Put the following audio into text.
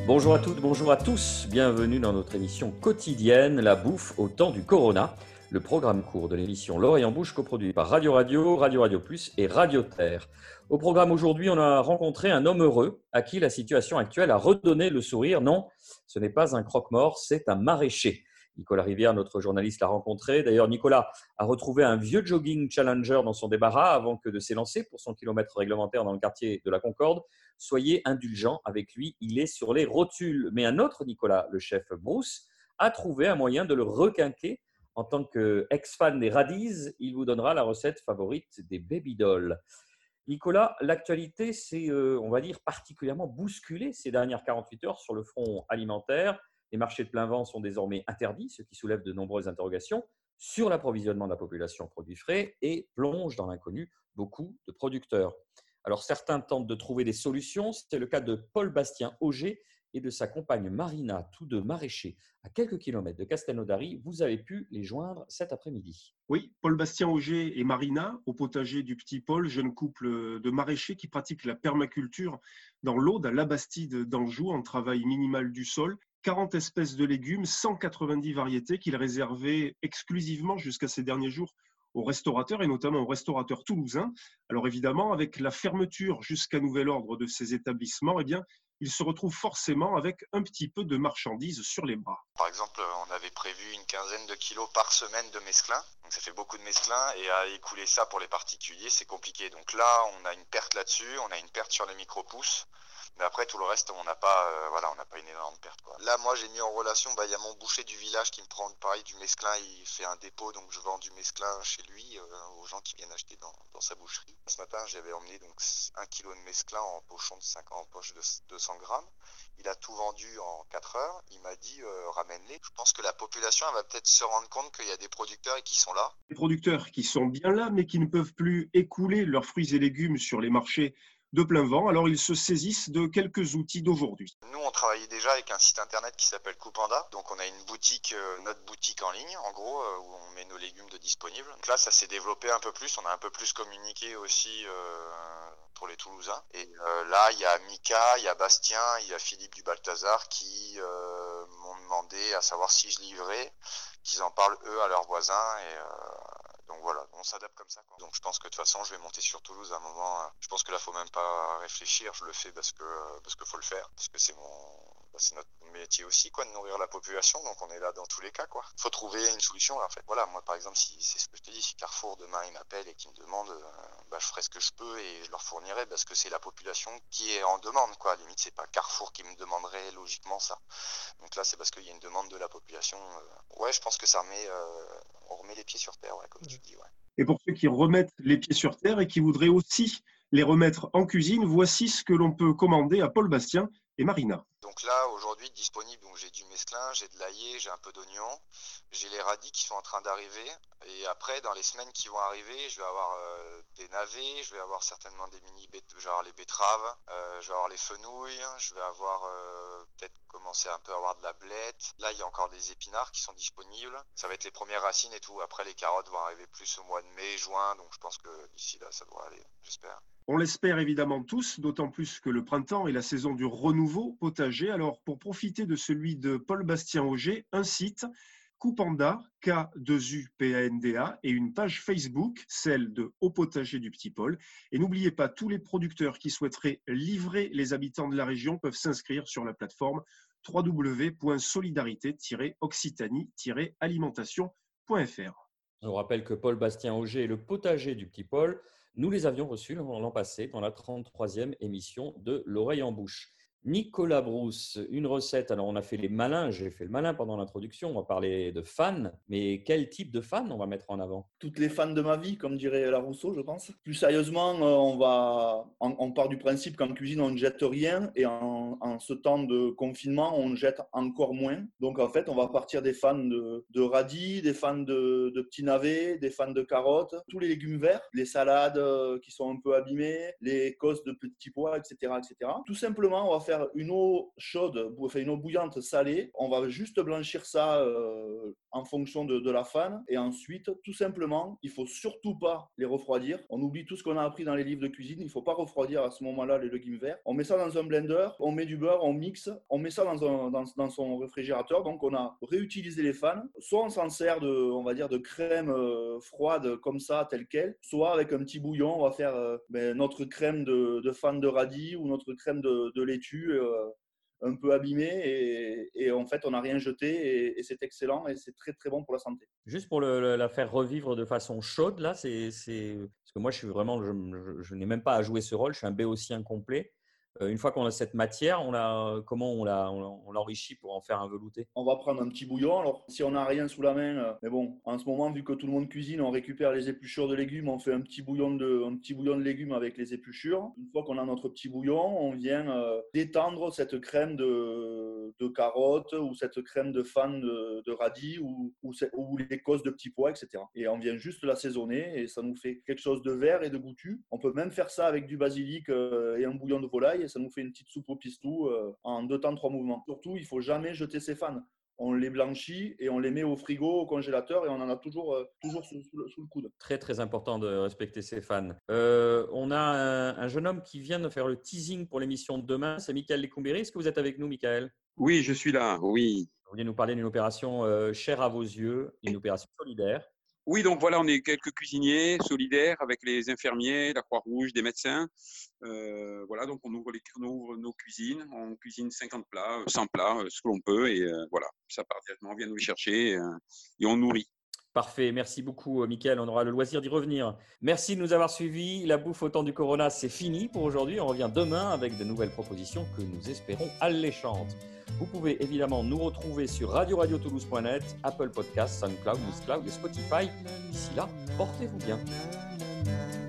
Bonjour à toutes, bonjour à tous, bienvenue dans notre émission quotidienne La Bouffe au temps du Corona, le programme court de l'émission L'Oreille en Bouche coproduit par Radio Radio, Radio Radio Plus et Radio Terre. Au programme aujourd'hui, on a rencontré un homme heureux à qui la situation actuelle a redonné le sourire. Non, ce n'est pas un croque-mort, c'est un maraîcher. Nicolas Rivière, notre journaliste, l'a rencontré. D'ailleurs, Nicolas a retrouvé un vieux jogging Challenger dans son débarras avant que de s'élancer pour son kilomètre réglementaire dans le quartier de la Concorde. Soyez indulgents avec lui, il est sur les rotules. Mais un autre Nicolas, le chef Bruce, a trouvé un moyen de le requinquer. En tant qu'ex-fan des Radies, il vous donnera la recette favorite des baby dolls. Nicolas, l'actualité s'est, on va dire, particulièrement bousculée ces dernières 48 heures sur le front alimentaire. Les marchés de plein vent sont désormais interdits, ce qui soulève de nombreuses interrogations sur l'approvisionnement de la population en produits frais et plonge dans l'inconnu beaucoup de producteurs. Alors certains tentent de trouver des solutions, c'est le cas de Paul Bastien Auger et de sa compagne Marina, tous deux maraîchers à quelques kilomètres de Castelnaudary. Vous avez pu les joindre cet après-midi. Oui, Paul Bastien Auger et Marina, au potager du Petit Paul, jeune couple de maraîchers qui pratiquent la permaculture dans l'Aude, à Labastide d'Anjou, en travail minimal du sol. 40 espèces de légumes, 190 variétés qu'ils réservaient exclusivement jusqu'à ces derniers jours aux restaurateurs et notamment aux restaurateurs toulousains. Alors évidemment, avec la fermeture jusqu'à nouvel ordre de ces établissements, eh bien, ils se retrouvent forcément avec un petit peu de marchandises sur les bras. Par exemple, on avait prévu une quinzaine de kilos par semaine de mesclun, donc ça fait beaucoup de mesclin, et à écouler ça pour les particuliers, c'est compliqué. Donc là, on a une perte là-dessus, on a une perte sur les micro-pousses. Mais après, tout le reste, on n'a pas une énorme perte, quoi. Là, moi, j'ai mis en relation, il y a mon boucher du village qui me prend pareil du mesclin, il fait un dépôt, donc je vends du mesclin chez lui aux gens qui viennent acheter dans sa boucherie. Ce matin, j'avais emmené donc 1 kilo de mesclin en poche de 200 grammes. Il a tout vendu en 4 heures. Il m'a dit ramène-les. Je pense que la population elle va peut-être se rendre compte qu'il y a des producteurs qui sont là. Des producteurs qui sont bien là, mais qui ne peuvent plus écouler leurs fruits et légumes sur les marchés de plein vent. Alors, ils se saisissent de quelques outils d'aujourd'hui. Nous, on travaillait déjà avec un site internet qui s'appelle Coupanda. Donc, on a une boutique, notre boutique en ligne, en gros, où on met nos légumes de disponibles. Donc là, ça s'est développé un peu plus. On a un peu plus communiqué aussi pour les Toulousains. Et là, il y a Mika, il y a Bastien, il y a Philippe du Balthazar qui m'ont demandé à savoir si je livrais, qu'ils en parlent eux à leurs voisins et donc voilà, on s'adapte comme ça, quoi. Donc je pense que de toute façon je vais monter sur Toulouse à un moment. Je pense que là faut même pas réfléchir, je le fais parce que faut le faire, parce que c'est notre métier aussi, quoi, de nourrir la population. Donc on est là dans tous les cas, quoi. Faut trouver une solution en fait. Voilà, moi par exemple, si c'est ce que je te dis, si Carrefour demain il m'appelle et qu'il me demande, je ferai ce que je peux et je leur fournirai parce que c'est la population qui est en demande, quoi. À la limite c'est pas Carrefour qui me demanderait logiquement ça. Donc là c'est parce qu'il y a une demande de la population. Ouais, je pense que ça on remet les pieds sur terre, ouais, comme tu dis, ouais. Et pour ceux qui remettent les pieds sur terre et qui voudraient aussi les remettre en cuisine, voici ce que l'on peut commander à Paul Bastien et Marina. Donc là, aujourd'hui, disponible, donc j'ai du mesclin, j'ai de l'ail, j'ai un peu d'oignon, j'ai les radis qui sont en train d'arriver. Et après, dans les semaines qui vont arriver, je vais avoir des navets, je vais avoir certainement des je vais avoir les betteraves, je vais avoir les fenouilles, je vais avoir peut-être commencer un peu à avoir de la blette. Là, il y a encore des épinards qui sont disponibles. Ça va être les premières racines et tout. Après, les carottes vont arriver plus au mois de mai, juin. Donc, je pense que d'ici là, ça devrait aller, j'espère. On l'espère évidemment tous, d'autant plus que le printemps est la saison du renouveau potager. Alors, pour profiter de celui de Paul Bastien Auger, un site, Coupanda, K2UPANDA, et une page Facebook, celle de Au potager du Petit Paul. Et n'oubliez pas, tous les producteurs qui souhaiteraient livrer les habitants de la région peuvent s'inscrire sur la plateforme www.solidarité-occitanie-alimentation.fr. Je vous rappelle que Paul Bastien Auger et le potager du Petit Paul, nous les avions reçus l'an passé dans la 33e émission de L'Oreille en Bouche. Nicolas Brousse, une recette. Alors, on a fait les malins, j'ai fait le malin pendant l'introduction. On va parler de fans, mais quel type de fans on va mettre en avant? Toutes les fans de ma vie, comme dirait Larousseau, je pense. Plus sérieusement, on part du principe qu'en cuisine, on ne jette rien et en ce temps de confinement, on jette encore moins. Donc, en fait, on va partir des fans de radis, des fans de petits navets, des fans de carottes, tous les légumes verts, les salades qui sont un peu abîmées, les cosses de petits pois, etc., etc. Tout simplement, on va faire faire une eau chaude, enfin une eau bouillante salée. On va juste blanchir ça en fonction de la fan. Et ensuite, tout simplement, il ne faut surtout pas les refroidir. On oublie tout ce qu'on a appris dans les livres de cuisine. Il ne faut pas refroidir à ce moment-là les légumes verts. On met ça dans un blender, on met du beurre, on mixe, on met ça dans son réfrigérateur. Donc, on a réutilisé les fans. Soit on s'en sert de crème froide comme ça, telle quelle. Soit avec un petit bouillon, on va faire notre crème de fan de radis ou notre crème de laitue un peu abîmée. Et en fait, on n'a rien jeté et c'est excellent et c'est très, très bon pour la santé. Juste pour la faire revivre de façon chaude, là, parce que moi, je n'ai même pas à jouer ce rôle, je suis un béotien complet. Une fois qu'on a cette matière, comment on l'enrichit pour en faire un velouté? On va prendre un petit bouillon. Alors, si on n'a rien sous la main, mais bon, en ce moment, vu que tout le monde cuisine, on récupère les épluchures de légumes, on fait un petit bouillon de légumes avec les épluchures. Une fois qu'on a notre petit bouillon, on vient détendre cette crème de carottes ou cette crème de fan de radis ou les cosses de petits pois, etc. Et on vient juste l'assaisonner et ça nous fait quelque chose de vert et de goûtu. On peut même faire ça avec du basilic et un bouillon de volaille et ça nous fait une petite soupe au pistou en 2 temps 3 mouvements. Surtout, il ne faut jamais jeter ces fans. On les blanchit et on les met au frigo, au congélateur et on en a toujours sous le coude. Très, très important de respecter ses fans. On a un jeune homme qui vient de faire le teasing pour l'émission de demain. C'est Michael Lecumberi. Est-ce que vous êtes avec nous, Michael? Oui, je suis là, oui. Vous venez nous parler d'une opération chère à vos yeux, une opération solidaire. Oui, donc voilà, on est quelques cuisiniers solidaires avec les infirmiers, la Croix-Rouge, des médecins. Voilà, donc on ouvre nos cuisines, on cuisine 50 plats, 100 plats, ce que l'on peut. Et voilà, ça part directement, on vient nous les chercher et on nourrit. Parfait, merci beaucoup Mickaël, on aura le loisir d'y revenir. Merci de nous avoir suivis, la bouffe au temps du Corona, c'est fini pour aujourd'hui, on revient demain avec de nouvelles propositions que nous espérons alléchantes. Vous pouvez évidemment nous retrouver sur radiotoulouse.net, Apple Podcasts, SoundCloud, Mixcloud et Spotify. D'ici là, portez-vous bien.